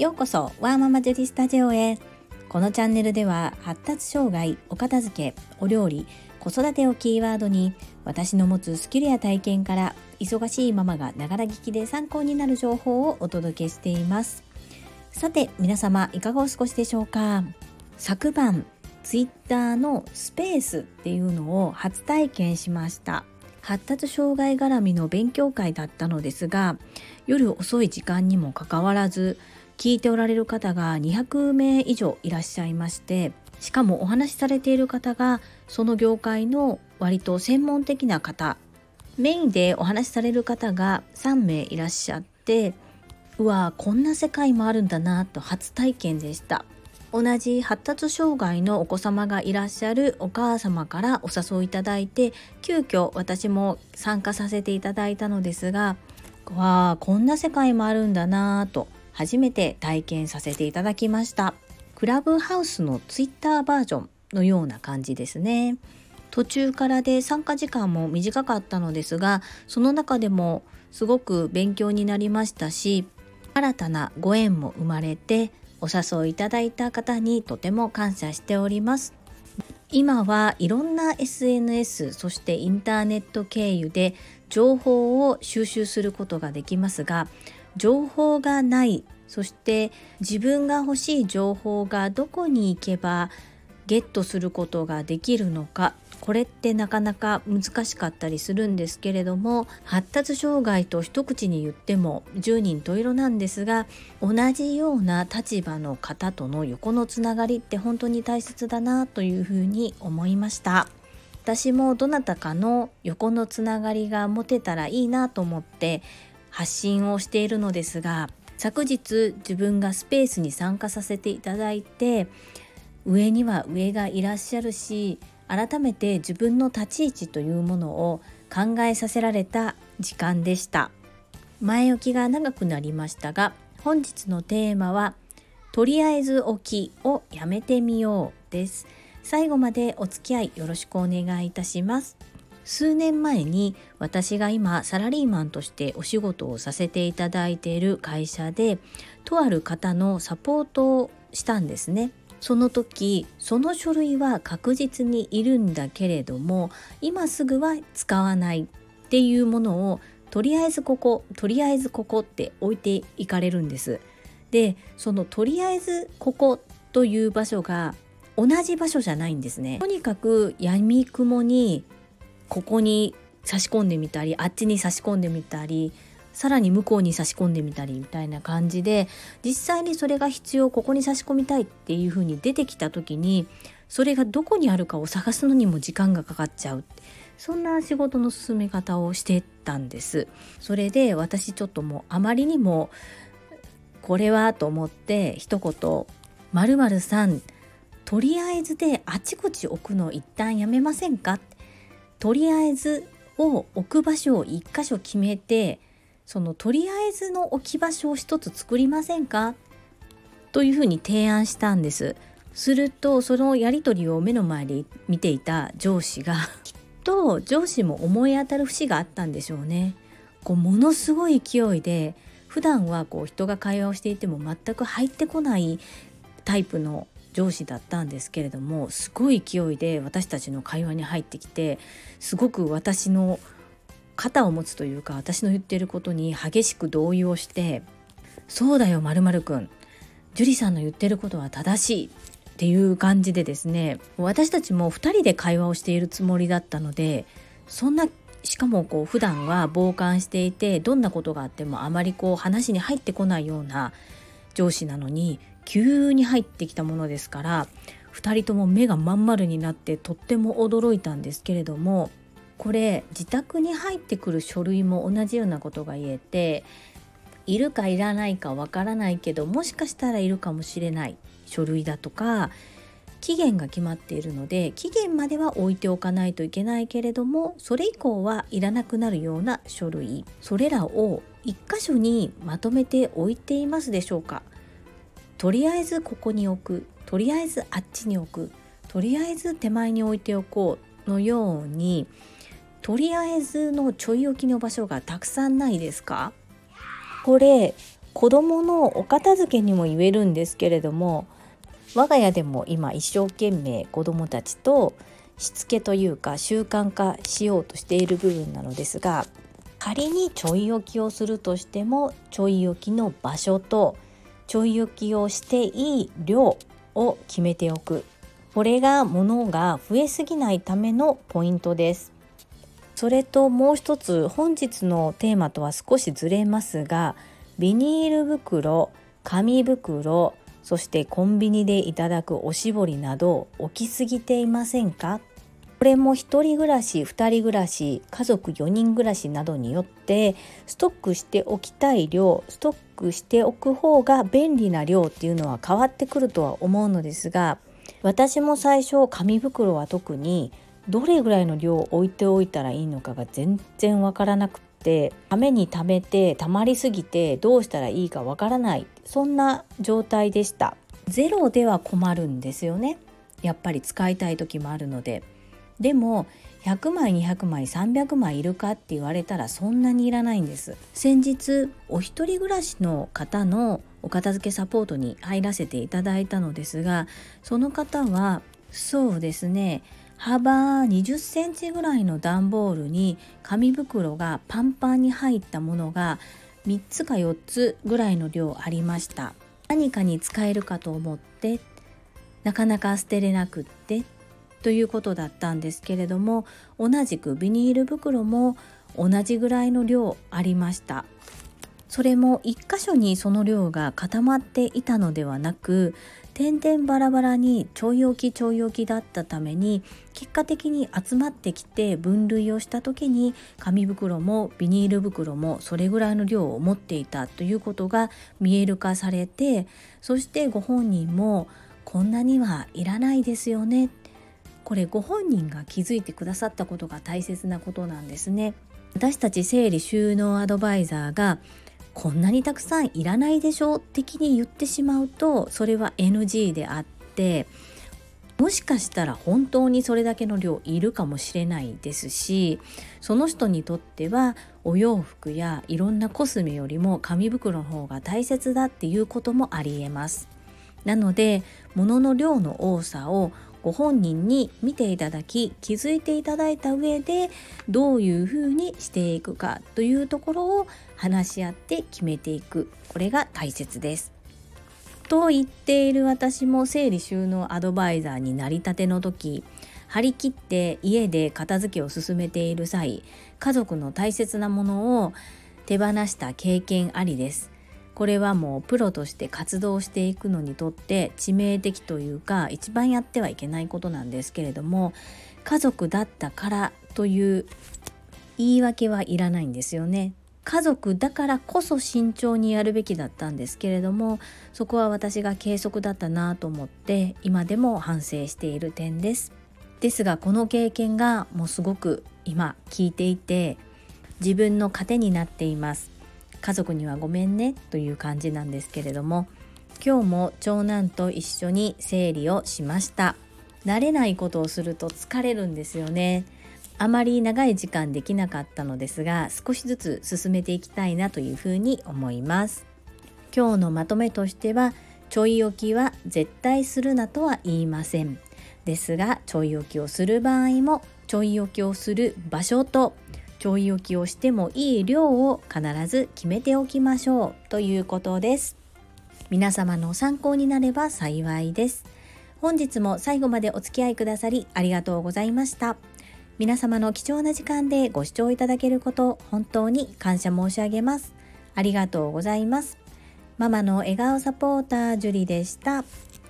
ようこそワーママジュリスタジオへ。このチャンネルでは発達障害、お片付け、お料理、子育てをキーワードに私の持つスキルや体験から忙しいママがながら聞きで参考になる情報をお届けしています。さて皆様いかがお過ごしでしょうか。昨晩ツイッターのスペースっていうのを初体験しました。発達障害絡みの勉強会だったのですが、夜遅い時間にもかかわらず聞いておられる方が200名以上いらっしゃいまして、しかもお話しされている方がその業界の割と専門的な方、メインでお話しされる方が3名いらっしゃって、うわこんな世界もあるんだなと初体験でした。同じ発達障害のお子様がいらっしゃるお母様からお誘いいただいて、急遽私も参加させていただいたのですが、わあこんな世界もあるんだなと初めて体験させていただきました。クラブハウスのツイッターバージョンのような感じですね。途中からで参加時間も短かったのですが、その中でもすごく勉強になりましたし、新たなご縁も生まれて、お誘いいただいた方にとても感謝しております。今はいろんな SNS、そしてインターネット経由で情報を収集することができますが、情報がない、そして自分が欲しい情報がどこに行けばゲットすることができるのか、これってなかなか難しかったりするんですけれども、発達障害と一口に言っても十人十色なんですが、同じような立場の方との横のつながりって本当に大切だなというふうに思いました。私もどなたかの横のつながりが持てたらいいなと思って発信をしているのですが、昨日自分がスペースに参加させていただいて、上には上がいらっしゃるし、改めて自分の立ち位置というものを考えさせられた時間でした。前置きが長くなりましたが、本日のテーマはとりあえず置きをやめてみようです。最後までお付き合いよろしくお願いいたします。数年前に私が今サラリーマンとしてお仕事をさせていただいている会社で、とある方のサポートをしたんですね。その時、その書類は確実にいるんだけれども、今すぐは使わないっていうものをとりあえずここ、とりあえずここって置いていかれるんです。で、そのとりあえずここという場所が同じ場所じゃないんですね。とにかく闇雲にここに差し込んでみたり、あっちに差し込んでみたり、さらに向こうに差し込んでみたりみたいな感じで、実際にそれが必要、ここに差し込みたいっていう風に出てきた時に、それがどこにあるかを探すのにも時間がかかっちゃう、そんな仕事の進め方をしてたんです。それで私ちょっともうあまりにもこれはと思って、一言〇〇さん、とりあえずであちこち置くの一旦やめませんか、とりあえずを置く場所を一箇所決めて、そのとりあえずの置き場所を一つ作りませんかというふうに提案したんです。するとそのやり取りを目の前で見ていた上司がきっと上司も思い当たる節があったんでしょうね。ものすごい勢いで、普段は人が会話をしていても全く入ってこないタイプの上司だったんですけれども、すごい勢いで私たちの会話に入ってきて、すごく私の肩を持つというか、私の言っていることに激しく同意をして、そうだよ〇〇くん、ジュリさんの言ってることは正しいっていう感じでですね、私たちも2人で会話をしているつもりだったので、そんな、しかも普段は傍観していて、どんなことがあってもあまり話に入ってこないような上司なのに、急に入ってきたものですから、2人とも目がまん丸になってとっても驚いたんですけれども、これ自宅に入ってくる書類も同じようなことが言えて、いるかいらないかわからないけど、もしかしたらいるかもしれない書類だとか、期限が決まっているので期限までは置いておかないといけないけれども、それ以降はいらなくなるような書類、それらを一箇所にまとめて置いていますでしょうか。とりあえずここに置く、とりあえずあっちに置く、とりあえず手前に置いておこうのように、とりあえずのちょい置きの場所がたくさんないですか。これ子どものお片付けにも言えるんですけれども、我が家でも今一生懸命子どもたちとしつけというか習慣化しようとしている部分なのですが、仮にちょい置きをするとしても、ちょい置きの場所とちょい置きをしていい量を決めておく。これが物が増えすぎないためのポイントです。それともう一つ、本日のテーマとは少しずれますが、ビニール袋、紙袋、そしてコンビニでいただくおしぼりなど置きすぎていませんか？これも一人暮らし、二人暮らし、家族4人暮らしなどによってストックしておきたい量、ストックしておく方が便利な量っていうのは変わってくるとは思うのですが、私も最初紙袋は特にどれぐらいの量を置いておいたらいいのかが全然わからなくて、ためにためて溜まりすぎてどうしたらいいかわからない、そんな状態でした。ゼロでは困るんですよね。やっぱり使いたい時もあるので。でも100枚200枚300枚いるかって言われたらそんなにいらないんです。先日お一人暮らしの方のお片付けサポートに入らせていただいたのですが、その方はそうですね、幅20センチぐらいの段ボールに紙袋がパンパンに入ったものが3つか4つぐらいの量ありました。何かに使えるかと思ってなかなか捨てれなくってということだったんですけれども、同じくビニール袋も同じぐらいの量ありました。それも一箇所にその量が固まっていたのではなく、点々バラバラにちょい置きちょい置きだったために、結果的に集まってきて分類をした時に紙袋もビニール袋もそれぐらいの量を持っていたということが見える化されて、そしてご本人もこんなにはいらないですよね、これご本人が気づいてくださったことが大切なことなんですね。私たち整理収納アドバイザーがこんなにたくさんいらないでしょ的に言ってしまうと、それは NG であって、もしかしたら本当にそれだけの量いるかもしれないですし、その人にとってはお洋服やいろんなコスメよりも紙袋の方が大切だっていうこともありえます。なので物の量の多さをご本人に見ていただき、気づいていただいた上でどういうふうにしていくかというところを話し合って決めていく、これが大切です。と言っている私も整理収納アドバイザーになりたての時、張り切って家で片付けを進めている際、家族の大切なものを手放した経験ありです。これはもうプロとして活動していくのにとって致命的というか、一番やってはいけないことなんですけれども、家族だったからという言い訳はいらないんですよね。家族だからこそ慎重にやるべきだったんですけれども、そこは私が軽率だったなと思って今でも反省している点です。ですがこの経験がもうすごく今聞いていて自分の糧になっています。家族にはごめんねという感じなんですけれども、今日も長男と一緒に整理をしました。慣れないことをすると疲れるんですよね。あまり長い時間できなかったのですが、少しずつ進めていきたいなというふうに思います。今日のまとめとしては、ちょい置きは絶対するなとは言いません。ですが、ちょい置きをする場合も、ちょい置きをする場所とちょい置きをしてもいい量を必ず決めておきましょうということです。皆様の参考になれば幸いです。本日も最後までお付き合いくださりありがとうございました。皆様の貴重な時間でご視聴いただけること本当に感謝申し上げます。ありがとうございます。ママの笑顔サポータージュリでした。